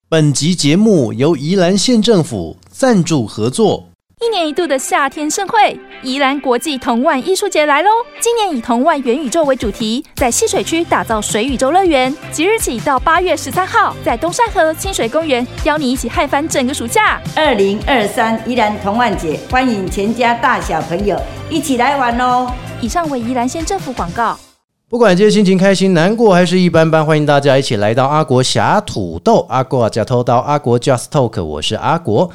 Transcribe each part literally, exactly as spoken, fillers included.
本集节目由宜兰县政府赞助合作。 一年一度的夏天盛会，宜兰国际童玩艺术节来咯！今年以童玩元宇宙为主题，在溪水区打造水宇宙乐园。即日起到八月十三号，在东山河清水公园，邀你一起嗨翻整个暑假。 二零二三宜兰童玩节，欢迎全家大小朋友一起来玩哦！ 以上为宜兰县政府广告。 不管今天心情开心、难过还是一般般，欢迎大家一起来到阿国侠土豆。阿国假偷刀，阿国 Just Talk， 我是阿国。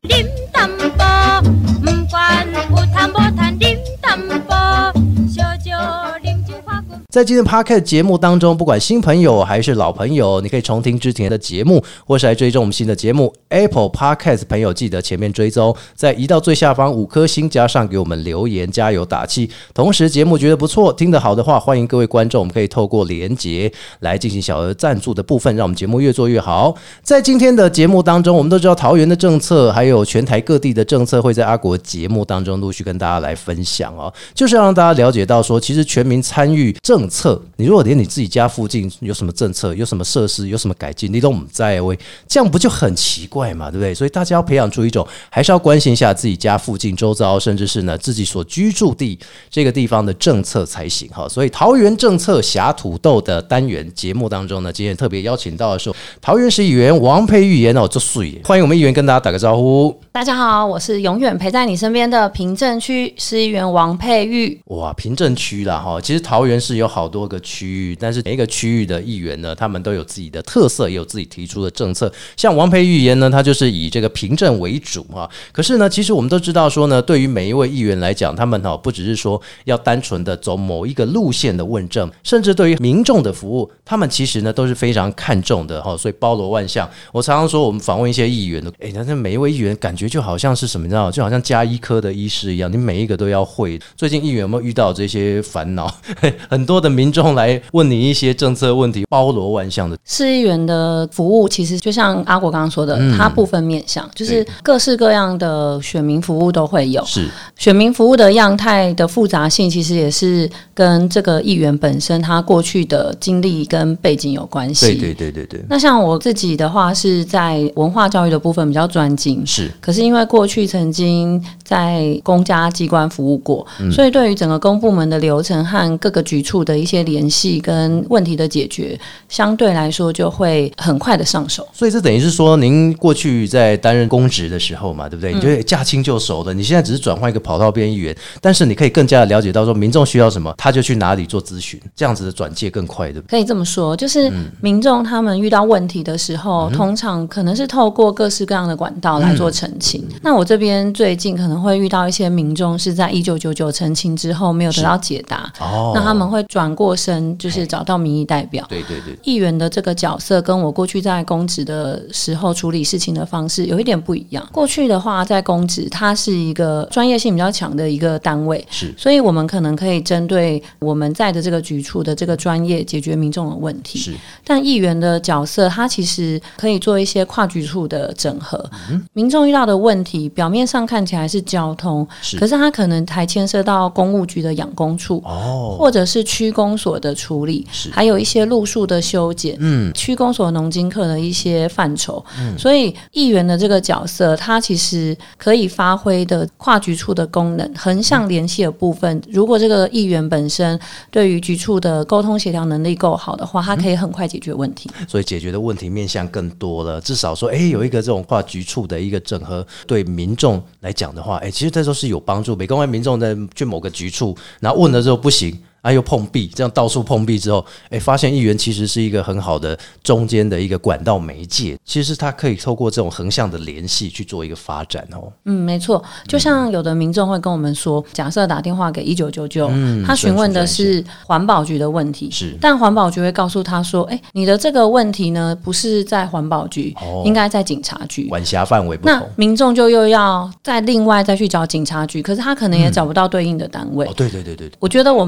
在今天 Podcast 节目当中，不管新朋友还是老朋友，你可以重听之前的节目，或是来追踪我们新的节目。Apple Podcast 朋友记得前面追踪，再移到最下方五颗星，加上给我们留言加油打气。同时节目觉得不错，听得好的话，欢迎各位观众，我们可以透过连结来进行小额赞助的部分，让我们节目越做越好。在今天的节目当中，我们都知道桃园的政策，还有全台各地的政策，会在阿国节目当中陆续跟大家来分享哦，就是让大家了解到说，其实全民参与政策，你如果连你自己家附近有什么政策、有什么设施、有什么改进，你都不在位，这样不就很奇怪嘛，对不对？所以大家要培养出一种，还是要关心一下自己家附近、周遭，甚至是呢自己所居住地这个地方的政策才行哈。所以桃园政策侠土豆的单元节目当中呢，今天特别邀请到的是桃园市议员王佩玉议员哦，这水欢迎我们议员跟大家打个招呼。 大家好，我是永远陪在你身边的平镇区市议员王佩玉。 哇，平镇区啦哈，其实桃园市有好多个区域，但是每一个区域的议员呢，他们都有自己的特色，也有自己提出的政策。像王佩玉议员呢，他就是以这个平镇为主哈。可是呢，其实我们都知道说呢，对于每一位议员来讲，他们哈不只是说要单纯的走某一个路线的问政，甚至对于民众的服务，他们其实呢都是非常看重的哈。所以包罗万象。我常常说，我们访问一些议员，哎，但是每一位议员感觉就好像是什么，你知道，就好像家医科的医师一样，你每一个都要会。最近议员有没有遇到这些烦恼？很多的民众来问你一些政策问题，包罗万象的。 市议员的服务其实就像阿国刚刚说的，嗯、它部分面向，就是各式各样的选民服务都会有。是选民服务的样态的复杂性，其实也是跟这个议员本身他过去的经历跟背景有关系。 对对对对对。 那像我自己的话，是在文化教育的部分比较专精，是。可是因为过去曾经在公家机关服务过，嗯、所以对于整个公部门的流程和各个局处的一些联系跟问题的解决，相对来说就会很快的上手。 所以这等于是说，您过去在担任公职的时候嘛，对不对？你就驾轻就熟了。你现在只是转换一个跑道变议员，但是你可以更加的了解到说民众需要什么，他就去哪里做咨询，这样子的转介更快，对不对？ 可以这么说，就是民众他们遇到问题的时候，嗯、通常可能是透过各式各样的管道来做澄清。嗯、那我这边最近可能会遇到一些民众是在一九九九澄清之后没有得到解答，哦、那他们会转过身，就是找到民意代表。对对对，议员的这个角色跟我过去在公职的时候处理事情的方式有一点不一样。过去的话，在公职它是一个专业性比较强的一个单位，是，所以我们可能可以针对我们在的这个局处的这个专业解决民众的问题。是，但议员的角色，它其实可以做一些跨局处的整合。嗯、民众遇到的问题，表面上看起来是交通，是，可是它可能还牵涉到公务局的养工处，哦，或者是区公所的处理，还有一些路数的修剪，嗯，区公所农经课的一些范畴。嗯、所以议员的这个角色，它其实可以发挥的跨局处的功能，横向联系的部分，如果这个议员本身对于局处的沟通协调能力够好的话，它可以很快解决问题。 嗯、所以解决的问题面向更多了，至少说，哎，有一个这种跨局处的一个整合，对民众来讲的话，哎，其实这都是有帮助。每公安民众在去某个局处，然后问了之后不行。啊，又碰壁，这样到处碰壁之后，哎，发现议员其实是一个很好的中间的一个管道媒介，其实他可以透过这种横向的联系去做一个发展哦。 嗯，没错，就像有的民众会跟我们说，假设打电话给一九九九，他询问的是环保局的问题，是，但环保局会告诉他说，哎，你的这个问题呢，不是在环保局，哦、应该在警察局， 管辖范围不同， 那民众就又要再另外再去找警察局，可是他可能也找不到对应的单位。 嗯、哦，对对对对， 我觉得我们就像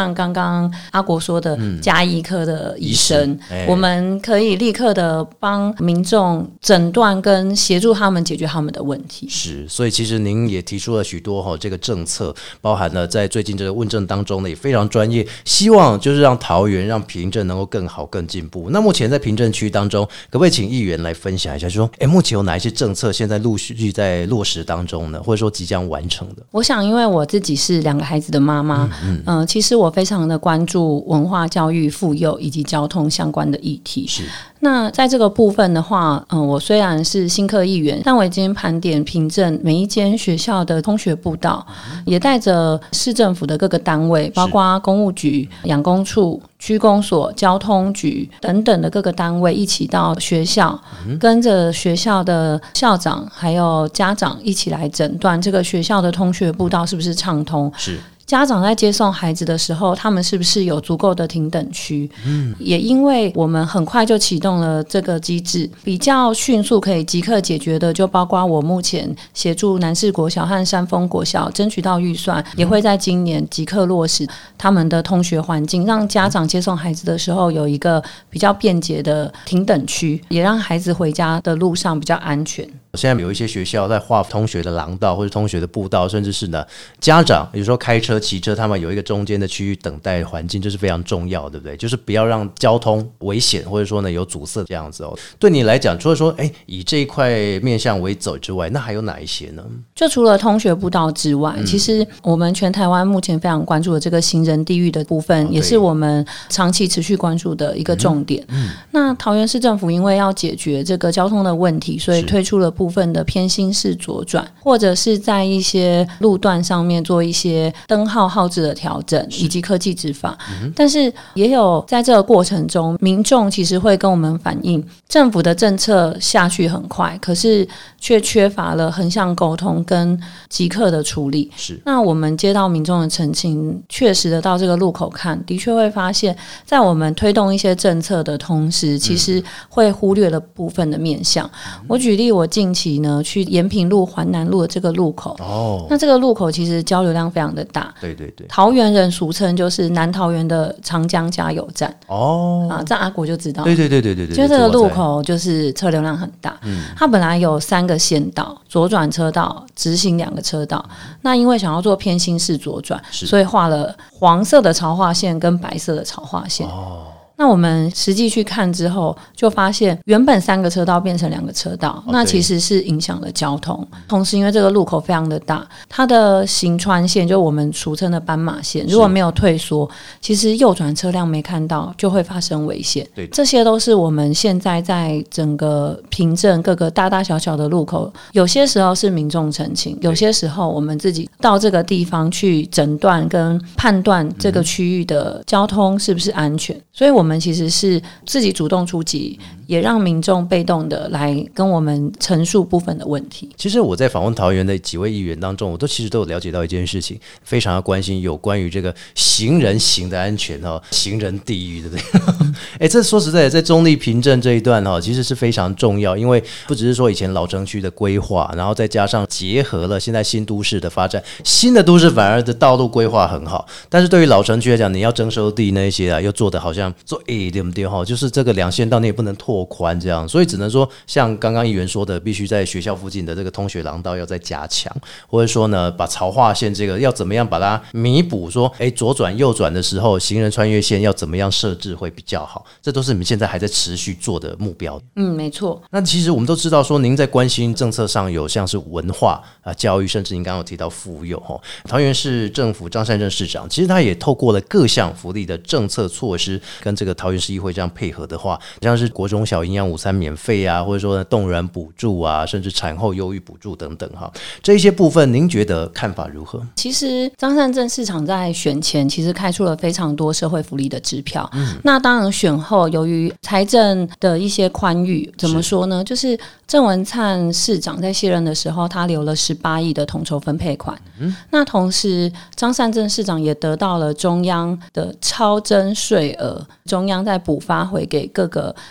像刚刚阿国说的家医科的医生、嗯欸、我们可以立刻的帮民众诊断跟协助他们解决他们的问题。 是，所以其实您也提出了许多、哦、这个政策，包含了在最近这个问政当中呢也非常专业，希望就是让桃园让平镇能够更好更进步。那目前在平镇区当中，可不可以请议员来分享一下，就说诶目前有哪一些政策现在陆续在落实当中呢，或者说即将完成的？ 我想因为我自己是两个孩子的妈妈，嗯嗯呃、其实我非常的关注文化教育、妇幼以及交通相关的议题。 是， 那在这个部分的话，嗯、呃，我虽然是新科议员，但我已经盘点平镇每一间学校的通学步道，嗯、也带着市政府的各个单位，包括公务局、养工处、区公所、交通局等等的各个单位一起到学校，嗯、跟着学校的校长还有家长一起来诊断这个学校的通学步道是不是畅通。 是。 家长在接送孩子的时候，他们是不是有足够的停等区？嗯，也因为我们很快就启动了这个机制，比较迅速可以即刻解决的，就包括我目前协助南势国小和山峰国小争取到预算，也会在今年即刻落实他们的通学环境，让家长接送孩子的时候有一个比较便捷的停等区，也让孩子回家的路上比较安全。 现在有一些学校在划通学的廊道或者通学的步道，甚至是呢家长有时候开车骑车，他们有一个中间的区域等待环境，这是非常重要，对不对？就是不要让交通危险或者说呢有阻塞这样子哦。对你来讲，除了说哎以这一块面向为走之外，那还有哪一些呢？ 就除了通学步道之外、嗯、其实我们全台湾目前非常关注的这个行人地域的部分、哦、也是我们长期持续关注的一个重点、嗯嗯、那桃园市政府因为要解决这个交通的问题，所以推出了部分的偏心式左转，或者是在一些路段上面做一些灯号号志的调整以及科技执法、嗯、但是也有在这个过程中，民众其实会跟我们反映，政府的政策下去很快，可是却缺乏了横向沟通跟即刻的处理。 是， 那我们接到民众的陈情，确实的到这个路口看，的确会发现在我们推动一些政策的同时，其实会忽略了部分的面向、嗯、我举例，我近期呢去延平路环南路的这个路口、哦、那这个路口其实交流量非常的大， 对对对， 桃园人俗称就是南桃园的长江加油站哦，啊，这阿国就知道， 对对对对对对， 就这个路口就是车流量很大、嗯、它本来有三个线道，左转车道、直行两个车道、嗯、那因为想要做偏心式左转，所以画了黄色的潮化线跟白色的潮化线哦。那我们实际去看之后，就发现原本三个车道变成两个车道、哦、那其实是影响了交通。同时因为这个路口非常的大，它的行穿线就我们俗称的斑马线如果没有退缩，其实右转车辆没看到就会发生危险。对，这些都是我们现在在整个平镇各个大大小小的路口，有些时候是民众陈情，有些时候我们自己到这个地方去诊断跟判断这个区域的交通是不是安全、嗯、所以我们我们其实是自己主动出击，也让民众被动的来跟我们陈述部分的问题。 其实我在访问桃园的几位议员当中，我都其实都有了解到一件事情，非常的关心有关于这个行人行的安全哦，行人地狱，对不对？哎，这说实在的，在中立平镇这一段哈，其实是非常重要，因为不只是说以前老城区的规划，然后再加上结合了现在新都市的发展，新的都市反而的道路规划很好，但是对于老城区来讲，你要征收地那些啊，又做的好像做诶、欸、对不对哈？就是这个两线道你也不能拓宽这样，所以只能说像刚刚议员说的，必须在学校附近的这个通学廊道要再加强，或者说呢，把潮化线这个要怎么样把它弥补，说哎左转右转的时候，行人穿越线要怎么样设置会比较好，这都是你们现在还在持续做的目标。 嗯，没错。 那其实我们都知道说，您在关心政策上有像是文化啊、教育，甚至您刚刚有提到妇幼哈。桃园市政府张善政市长，其实他也透过了各项福利的政策措施，跟这个桃园市议会这样配合的话，像是国中小营养午餐免费啊，或者说呢冻卵补助啊，甚至产后忧郁补助等等哈，这一些部分您觉得看法如何？ 其实张善政市长在选前其实开出了非常多社会福利的支票、嗯、那当然选后由于财政的一些宽裕，怎么说呢，就是郑文灿市长在卸任的时候，他留了十八亿的统筹分配款、嗯、那同时张善政市长也得到了中央的超征税额，中央再补发回给各个县市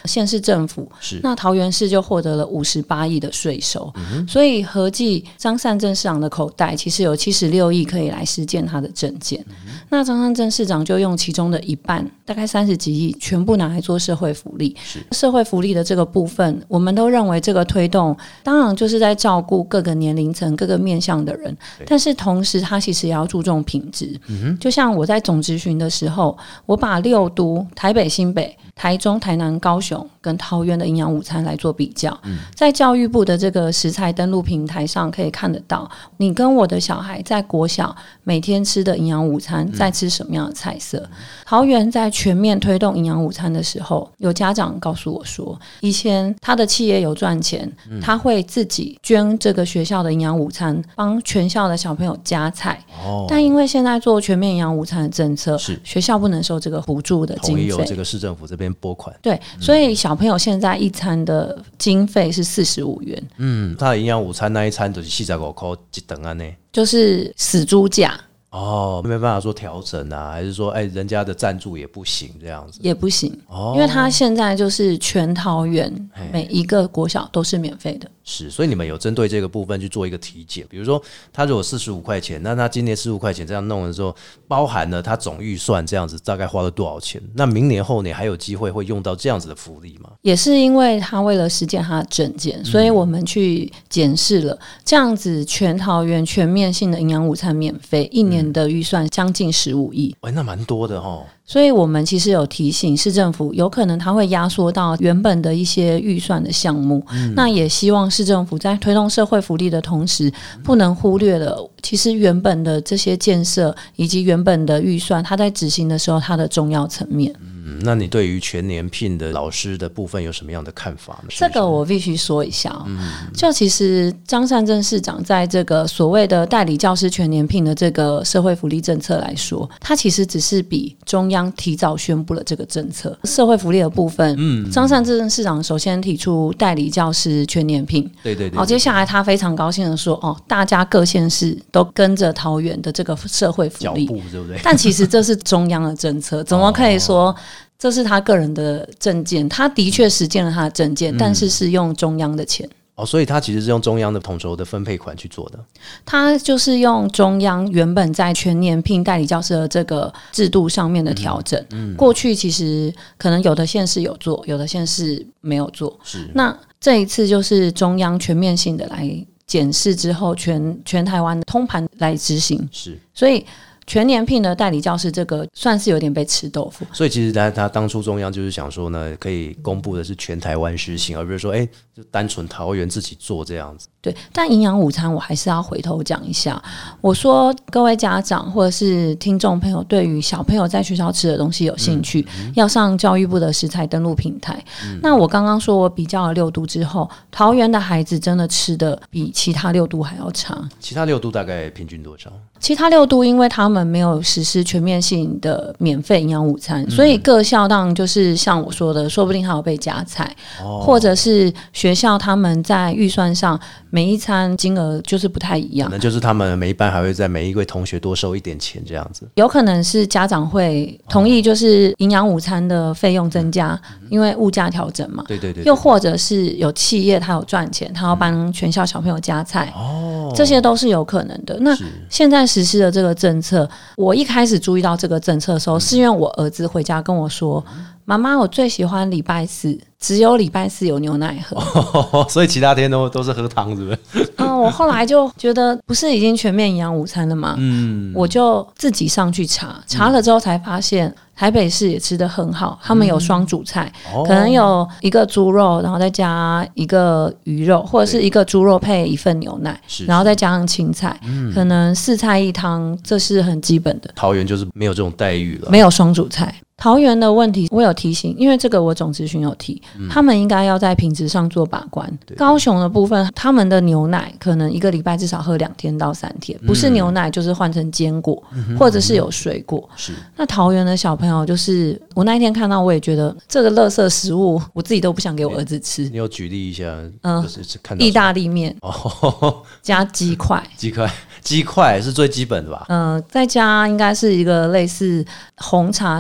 政府， 是那桃园市就获得了五十八亿的税收、嗯、所以合计张善政市长的口袋其实有七十六亿可以来实践他的政见、嗯、那张善政市长就用其中的一半大概三十几亿全部拿来做社会福利。社会福利的这个部分我们都认为这个推动当然就是在照顾各个年龄层各个面向的人，但是同时他其实也要注重品质、嗯、就像我在总质询的时候，我把六都台北新北台中台南高雄跟桃园的营养午餐来做比较、嗯、在教育部的这个食材登录平台上可以看得到你跟我的小孩在国小每天吃的营养午餐在吃什么样的菜色、嗯、桃园在全面推动营养午餐的时候，有家长告诉我说以前他的企业有赚钱、嗯、他会自己捐这个学校的营养午餐帮全校的小朋友加菜、哦、但因为现在做全面营养午餐的政策，是学校不能收这个补助的经费， 同意由这个市政府这边拨款， 对、嗯、所以小朋友现在一餐的经费是四十五元。 嗯，他的营养午餐那一餐就是四十五块一顿安内， 就是死猪价哦，没办法说调整啊，还是说哎，人家的赞助也不行这样子？也不行、哦、因为他现在就是全桃园每一个国小都是免费的。 是，所以你们有针对这个部分去做一个体检，比如说他如果四十五块钱，那他今年四十五块钱这样弄的时候，包含了他总预算这样子大概花了多少钱？那明年后年还有机会会用到这样子的福利吗？ 也是因为他为了实践他的政见，所以我们去检视了、嗯、这样子全桃园全面性的营养午餐免费，一年的预算将近十五亿、 嗯、那蛮多的齁。 所以我们其实有提醒市政府有可能它会压缩到原本的一些预算的项目、嗯、那也希望市政府在推动社会福利的同时不能忽略了其实原本的这些建设以及原本的预算它在执行的时候它的重要层面。 嗯，那你对于全年聘的老师的部分有什么样的看法呢？ 这个我必须说一下、哦嗯、就其实张善政市长在这个所谓的代理教师全年聘的这个社会福利政策来说，他其实只是比中央提早宣布了这个政策。社会福利的部分，嗯，张善政市长首先提出代理教师全年聘， 对对 对, 对, 对, 对、哦、 接下来他非常高兴的说，哦，大家各县市都跟着桃园的这个社会福利脚步，对不对？ 但其实这是中央的政策，怎么可以说这是他个人的政见？他的确实践了他的政见、嗯、但是是用中央的钱。 哦，所以他其实是用中央的统筹的分配款去做的。 他就是用中央原本在全年聘代理教师的这个制度上面的调整、嗯嗯、过去其实可能有的县市有做，有的县市没有做，是那这一次就是中央全面性的来检视之后，全全台湾的通盘来执行，是所以全年聘的代理教师这个算是有点被吃豆腐。 所以其实他他当初中央就是想说呢，可以公布的是全台湾施行，而不是说哎，就单纯桃园自己做这样子。 对，但营养午餐我还是要回头讲一下。我说各位家长或者是听众朋友，对于小朋友在学校吃的东西有兴趣、嗯嗯、要上教育部的食材登录平台、嗯、那我刚刚说我比较了六都之后，桃园的孩子真的吃的比其他六都还要差。 其他六都大概平均多少？ 其他六都因为他们没有实施全面性的免费营养午餐、嗯、所以各校当然就是像我说的，说不定还有被加菜、哦、或者是学校他们在预算上每一餐金额就是不太一样， 可能就是他们每一班还会在每一位同学多收一点钱这样子。 有可能是家长会同意就是营养午餐的费用增加、嗯、因为物价调整嘛， 对对 对, 对， 又或者是有企业他有赚钱，他要帮全校小朋友加菜、哦、这些都是有可能的。那现在实施的这个政策，我一开始注意到这个政策的时候、嗯、是因为我儿子回家跟我说，妈妈我最喜欢礼拜四，只有礼拜四有牛奶喝、 哦、所以其他天都都是喝汤是不是？ 嗯，我后来就觉得不是已经全面营养午餐了吗？嗯，我就自己上去查查了之后才发现台北市也吃得很好，他们有双主菜、嗯、可能有一个猪肉然后再加一个鱼肉，或者是一个猪肉配一份牛奶，然后再加上青菜、嗯、可能四菜一汤，这是很基本的。 桃园就是没有这种待遇了， 没有双主菜。桃园的问题我有提醒，因为这个我总咨询有提、嗯、他们应该要在品质上做把关。高雄的部分，他们的牛奶可能一个礼拜至少喝两天到三天、嗯、不是牛奶就是换成坚果、嗯、或者是有水果、嗯、是那桃园的小朋友就是我那一天看到我也觉得这个垃圾食物我自己都不想给我儿子吃。 你有举例一下？嗯，就是看到意大利面、哦、加鸡块鸡块鸡块是最基本的吧？ 嗯、呃，再加应该是一个类似红茶奶茶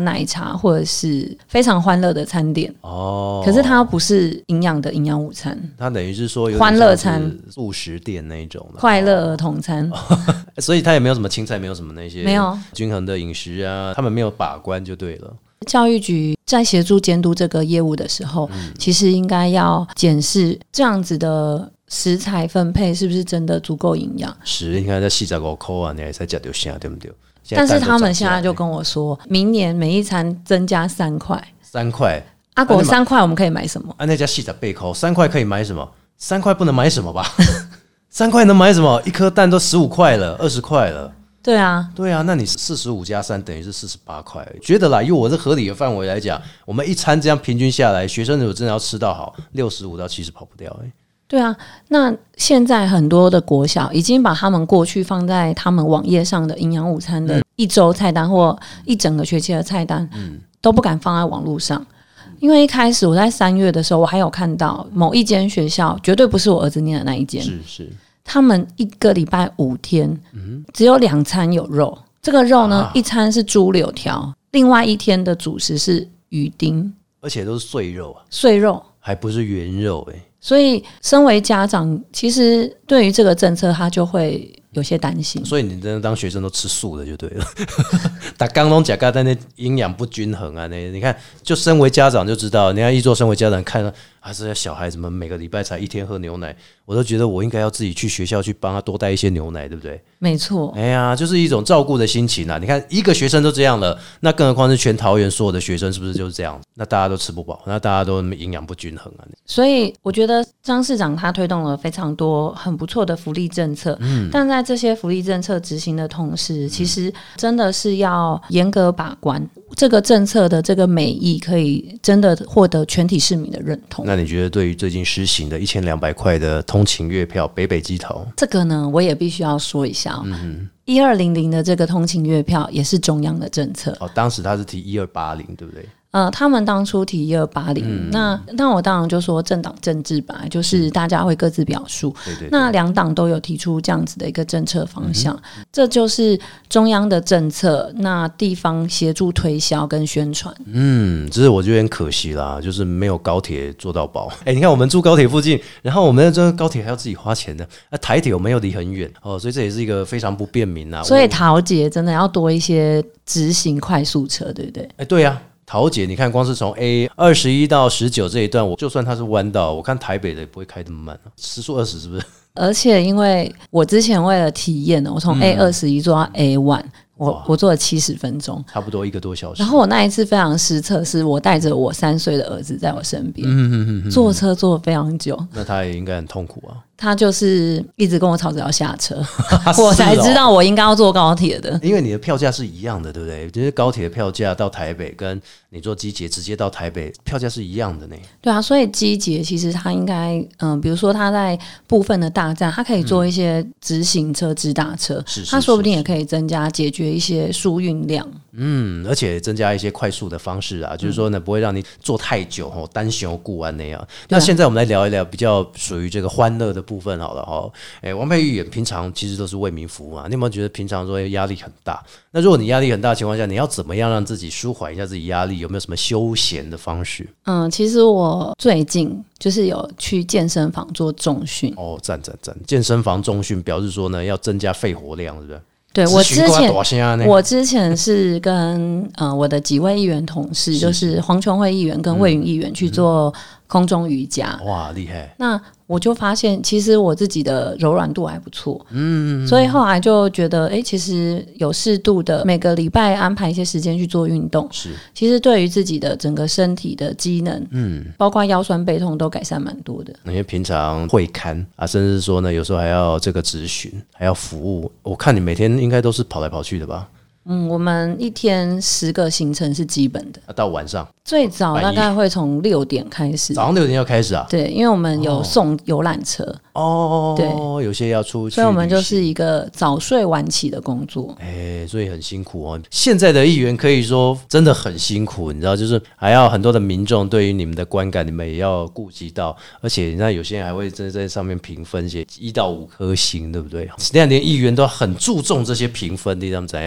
茶或者是非常欢乐的餐点哦。可是它不是营养的营养午餐， 它等于是说有欢乐餐、 素食店那一种快乐儿童餐， 所以它也没有什么青菜，没有什么那些没有均衡的饮食啊，他们没有把关就对了。 教育局在协助监督这个业务的时候，嗯、其实应该要检视这样子的食材分配是不是真的足够营养。 是，你看在四十五块啊，你还才吃到啥，对不对？ 但是他们现在就跟我说，明年每一餐增加三块， 三块。 阿果三块我们可以买什么？ 啊，那家四十八块，三块可以买什么？三块不能买什么吧？三块能买什么？一颗蛋都十五块了，二十块了。 对啊， 对啊，那你四十五加三等于是四十八块，觉得啦，以我这合理的范围来讲，我们一餐这样平均下来，学生如果真的要吃到好，六十五到七十跑不掉哎、欸。 对啊，那现在很多的国小已经把他们过去放在他们网页上的营养午餐的一周菜单或一整个学期的菜单，嗯，都不敢放在网络上。因为一开始我在三月的时候，我还有看到某一间学校，绝对不是我儿子念的那一间， 是是。 他们一个礼拜五天，嗯、只有两餐有肉。这个肉呢，啊、一餐是猪柳条，另外一天的主食是鱼丁， 而且都是碎肉啊， 碎肉还不是原肉哎、欸。 所以，身为家长，其实对于这个政策，他就会有些担心。 所以你真的当学生都吃素的就对了。打刚拢假但那营养不均衡啊，那你看，就身为家长就知道，你看一做身为家长看到。还是小孩怎么每个礼拜才一天喝牛奶，我都觉得我应该要自己去学校去帮他多带一些牛奶，对不对？ 没错。 哎呀，就是一种照顾的心情啊！你看一个学生都这样了，那更何况是全桃园所有的学生，是不是就是这样？那大家都吃不饱，那大家都营养不均衡啊！ 所以我觉得张市长他推动了非常多很不错的福利政策，嗯，但在这些福利政策执行的同时，其实真的是要严格把关，这个政策的这个美意可以真的获得全体市民的认同。 那你觉得对于最近施行的一千两百块的通勤月票北北基桃， 这个呢我也必须要说一下哦，嗯一二零零的这个通勤月票也是中央的政策哦，当时他是提一二八零，对不对？ 呃，他们当初提一二八零，那那我当然就说政党政治吧，就是大家会各自表述。 对对对， 那两党都有提出这样子的一个政策方向，嗯、这就是中央的政策，那地方协助推销跟宣传。 嗯，只是我觉得很可惜啦，就是没有高铁做到饱。哎、欸，你看我们住高铁附近，然后我们这个高铁还要自己花钱的，那台铁我们又离很远哦，所以这也是一个非常不便民啊。 所以桃捷真的要多一些直行快速车，对不对？ 哎、欸，对呀、啊。桃捷，你看光是从 A 二十一到十九这一段，我就算它是弯道，我看台北的也不会开这么慢，时速二十是不是？ 而且因为我之前为了体验，我从 A 二十一做到 A 一。我我做了七十分钟， 差不多一个多小时。 然后我那一次非常失策，是我带着我三岁的儿子在我身边，嗯嗯嗯嗯坐车坐非常久。 那他也应该很痛苦啊。 他就是一直跟我吵着要下车，我才知道我应该要坐高铁的。 因为你的票价是一样的，对不对？就是高铁的票价到台北，跟你坐机捷直接到台北，票价是一样的呢。 对啊，所以机捷其实它应该，嗯、呃，比如说它在部分的大站，它可以做一些直行车、直达车， 嗯、 它说不定也可以增加解决一些输运量。 嗯，而且增加一些快速的方式啊，就是说呢，不会让你坐太久哦，单雄固安那样。那现在我们来聊一聊比较属于这个欢乐的部分好了哈。哎，王佩玉也平常其实都是为民服务嘛，你有没有觉得平常说压力很大？那如果你压力很大的情况下，你要怎么样让自己舒缓一下自己压力？有没有什么休闲的方式？ 嗯，其实我最近就是有去健身房做重训。 哦，赞赞赞！健身房重训表示说呢，要增加肺活量，是不是？ 对，我之前我之前是跟呃我的几位议员同事，就是黄琼慧议员跟魏云议员去做空中瑜伽。 嗯、哇，厉害！ 那我就发现，其实我自己的柔软度还不错，嗯，所以后来就觉得，哎、欸，其实有适度的每个礼拜安排一些时间去做运动， 是， 其实对于自己的整个身体的机能，嗯，包括腰酸背痛都改善蛮多的。 因为平常会看啊，甚至说呢，有时候还要这个咨询，还要服务。我看你每天应该都是跑来跑去的吧？ 嗯，我们一天十个行程是基本的， 啊、到晚上最早大概会从六点开始， 早上六点要开始啊？ 对，因为我们有送游览车哦， 对， 有些要出去， 所以我们就是一个早睡晚起的工作， 哎、欸，所以很辛苦哦。现在的议员可以说真的很辛苦，你知道，就是还要很多的民众对于你们的观感，你们也要顾及到，而且你看有些人还会在在上面评分，写一到五颗星，对不对？现在连议员都很注重这些评分，你知道怎样？而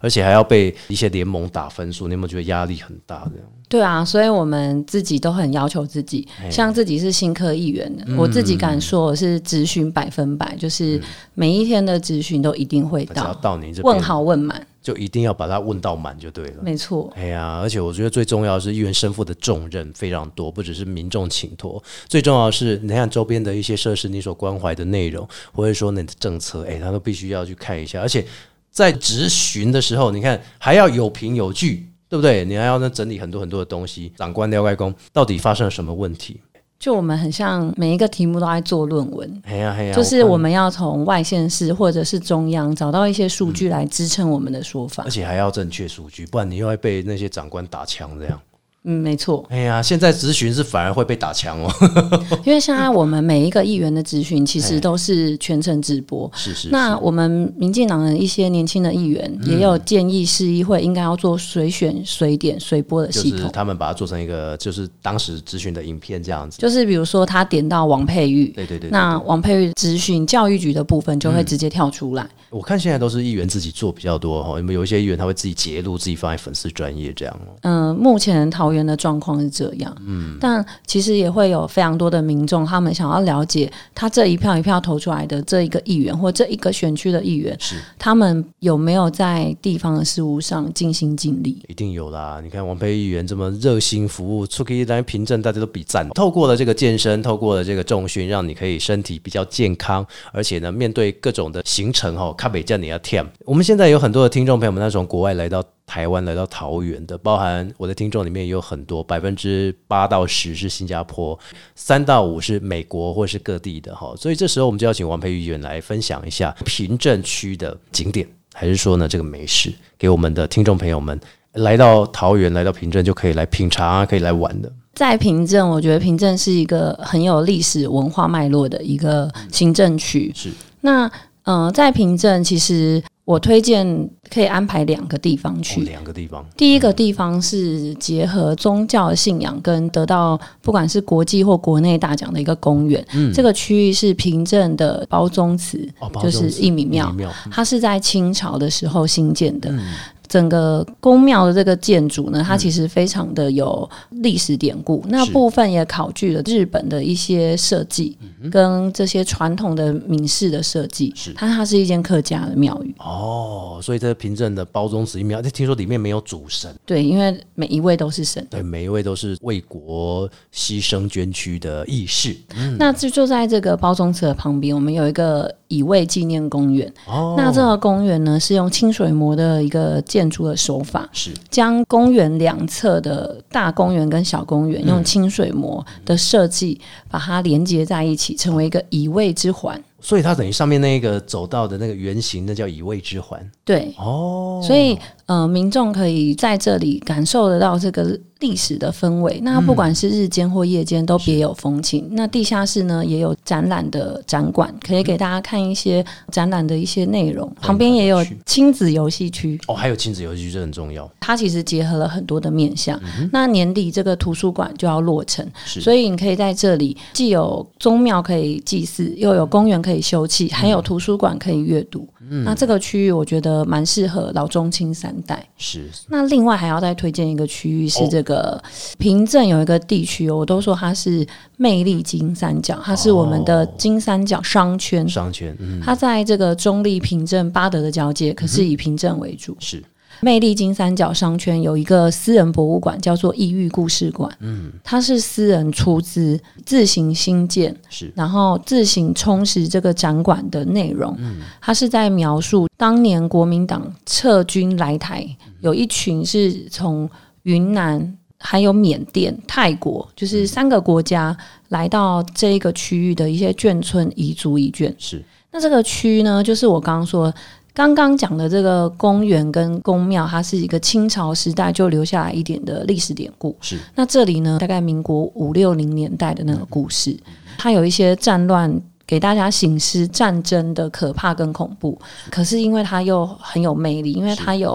而且还要被一些联盟打分数，你有没有觉得压力很大这样？ 对啊，所以我们自己都很要求自己，像自己是新科议员的、嗯、我自己敢说我是质询百分百，就是每一天的质询都一定会到，只要到你这边问好问满， 就一定要把它问到满就对了。 没错， 哎呀，而且我觉得最重要的是议员身负的重任非常多，不只是民众请托，最重要的是你看周边的一些设施，你所关怀的内容，或者说你的政策，哎，他都必须要去看一下，而且在质询的时候，你看还要有凭有据。对不对？你还要整理很多很多的东西，长官了解公到底发生了什么问题？ 就我们很像每一个题目都在做论文， 嘿呀嘿呀， 就是我们要从外县市或者是中央找到一些数据来支撑我们的说法、嗯、 而且还要正确数据，不然你又会被那些长官打枪这样。 嗯，没错。 哎呀，现在质询是反而会被打枪哦， 因为现在我们每一个议员的质询其实都是全程直播。 是是是。 那我们民进党的一些年轻的议员也有建议市议会应该要做随选随点随播的系统， 就是他们把它做成一个就是当时质询的影片这样子。 就是比如说他点到王佩玉， 对对 对, 对, 对，那王佩玉质询教育局的部分就会直接跳出来。嗯、 我看现在都是议员自己做比较多哈，有没有一些议员他会自己截录，自己放在粉丝专页这样哦？ 嗯、呃，目前桃园的状况是这样，嗯，但其实也会有非常多的民众，他们想要了解他这一票一票投出来的这一个议员或这一个选区的议员， 是他们有没有在地方的事务上尽心尽力？ 一定有啦！你看王佩议员这么热心服务，出去来凭证，大家都比赞。透过了这个健身，透过了这个重训，让你可以身体比较健康，而且呢，面对各种的行程哈，卡北叫你要跳。我们现在有很多的听众朋友们，那从国外来到台湾来到桃园的，包含我的听众里面也有很多，百分之八到十是新加坡，三到五是美国或是各地的哈，所以这时候我们就要请王佩玉议员来分享一下平镇区的景点，还是说呢这个美食，给我们的听众朋友们来到桃园来到平镇就可以来品尝啊，可以来玩的。 在平镇，我觉得平镇是一个很有历史文化脉络的一个行政区。 是那呃，在平镇其实我推荐可以安排两个地方去、 哦、两个地方。 第一个地方是结合宗教信仰跟得到不管是国际或国内大奖的一个公园、嗯、这个区域是平镇的包宗祠、哦、就是义民庙，它是在清朝的时候兴建的、嗯，整个宫庙的这个建筑呢，它其实非常的有历史典故、嗯、那部分也考据了日本的一些设计、嗯、跟这些传统的闽式的设计，它它是一间客家的庙宇哦，所以这平镇的包宗祠庙，听说里面没有主神， 对，因为每一位都是神， 对，每一位都是为国牺牲捐躯的义士、嗯、 那就在这个包宗祠的旁边，我们有一个乙未纪念公园、哦、那这个公园呢是用清水模的一个建筑的手法， 是将公园两侧的大公园跟小公园、嗯、用清水模的设计把它连接在一起，成为一个乙未之环， 所以它等于上面那个走道的那个圆形，那叫乙未之环。 对，哦，所以呃，民众可以在这里感受得到这个历史的氛围。那不管是日间或夜间都别有风情、嗯。那地下室呢也有展览的展馆，可以给大家看一些展览的一些内容。旁边也有亲子游戏区。 哦，还有亲子游戏区，这很重要。 它其实结合了很多的面向。嗯、那年底这个图书馆就要落成，所以你可以在这里既有宗庙可以祭祀，又有公园可以休憩，还有图书馆可以阅读、嗯、那这个区域我觉得蛮适合老中青三代。 是。 那另外还要再推荐一个区域是这个平镇有一个地区、哦、我都说它是魅力金三角，它是我们的金三角商圈、哦、 商圈、嗯、 它在这个中立平镇八德的交界，可是以平镇为主、嗯、 是。 魅力金三角商圈有一个私人博物馆叫做异域故事馆、嗯、它是私人出资自行兴建， 是， 然后自行充实这个展馆的内容、嗯、它是在描述当年国民党撤军来台、嗯、有一群是从云南还有缅甸泰国，就是三个国家来到这一个区域的一些眷村遗族遗眷。 是， 那这个区呢就是我刚刚说刚刚讲的这个公园跟宫庙，它是一个清朝时代就留下来一点的历史典故。 是， 那这里呢，大概民国五六零年代的那个故事，它有一些战乱，给大家省思战争的可怕跟恐怖。可是因为它又很有魅力，因为它有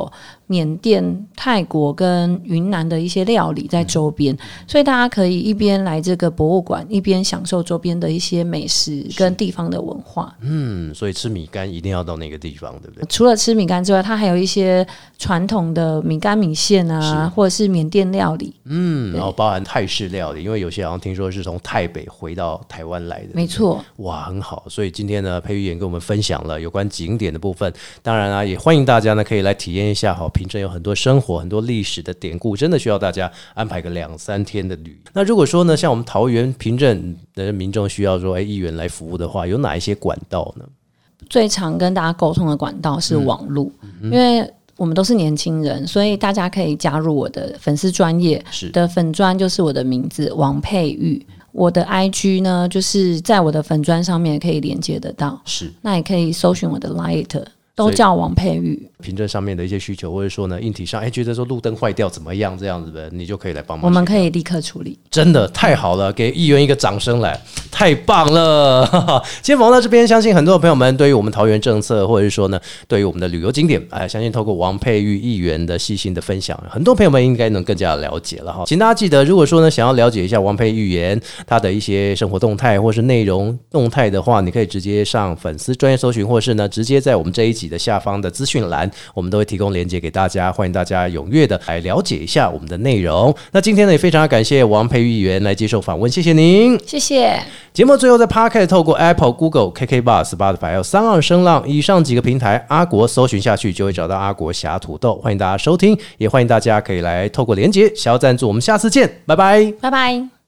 缅甸、泰国跟云南的一些料理在周边、嗯、所以大家可以一边来这个博物馆，一边享受周边的一些美食跟地方的文化。 嗯，所以吃米干一定要到那个地方，对不对？ 除了吃米干之外，它还有一些传统的米干米线啊，或者是缅甸料理。 嗯，然后包含泰式料理，因为有些好像听说是从台北回到台湾来的。 没错。 哇，很好。所以今天呢，佩玉也跟我们分享了有关景点的部分。当然啊，也欢迎大家呢可以来体验一下。好，平镇有很多生活、很多历史的典故，真的需要大家安排个两三天的旅。那如果说呢，像我们桃园平镇的民众需要说，哎，议员来服务的话，有哪一些管道呢？ 最常跟大家沟通的管道是网路、嗯、因为我们都是年轻人，所以大家可以加入我的粉丝专页的粉专，就是我的名字王佩玉。我的 I G 呢，就是在我的粉专上面可以连接得到，是，那也可以搜寻我的 Light， 都叫王佩玉。凭证上面的一些需求，或者说呢，硬体上，哎，觉得说路灯坏掉怎么样这样子的，你就可以来帮忙。我们可以立刻处理。真的太好了，给议员一个掌声来，太棒了！今天访问到这边，相信很多的朋友们对于我们桃园政策，或者是说呢，对于我们的旅游景点，哎，相信透过王佩玉议员的细心的分享，很多朋友们应该能更加了解了哈。请大家记得，如果说呢，想要了解一下王佩玉议员他的一些生活动态或是内容动态的话，你可以直接上粉丝专页搜寻，或是呢，直接在我们这一集的下方的资讯栏，我们都会提供连结给大家，欢迎大家踊跃的来了解一下我们的内容。那今天呢，也非常感谢王佩玉议员来接受访问，谢谢您，谢谢。节目最后在 Podcast 透过 Apple、Google、K K B O X、Spotify 还有三岸声浪以上几个平台，阿国搜寻下去就会找到阿国侠土豆，欢迎大家收听，也欢迎大家可以来透过连结小额赞助，我们下次见，拜拜，拜拜。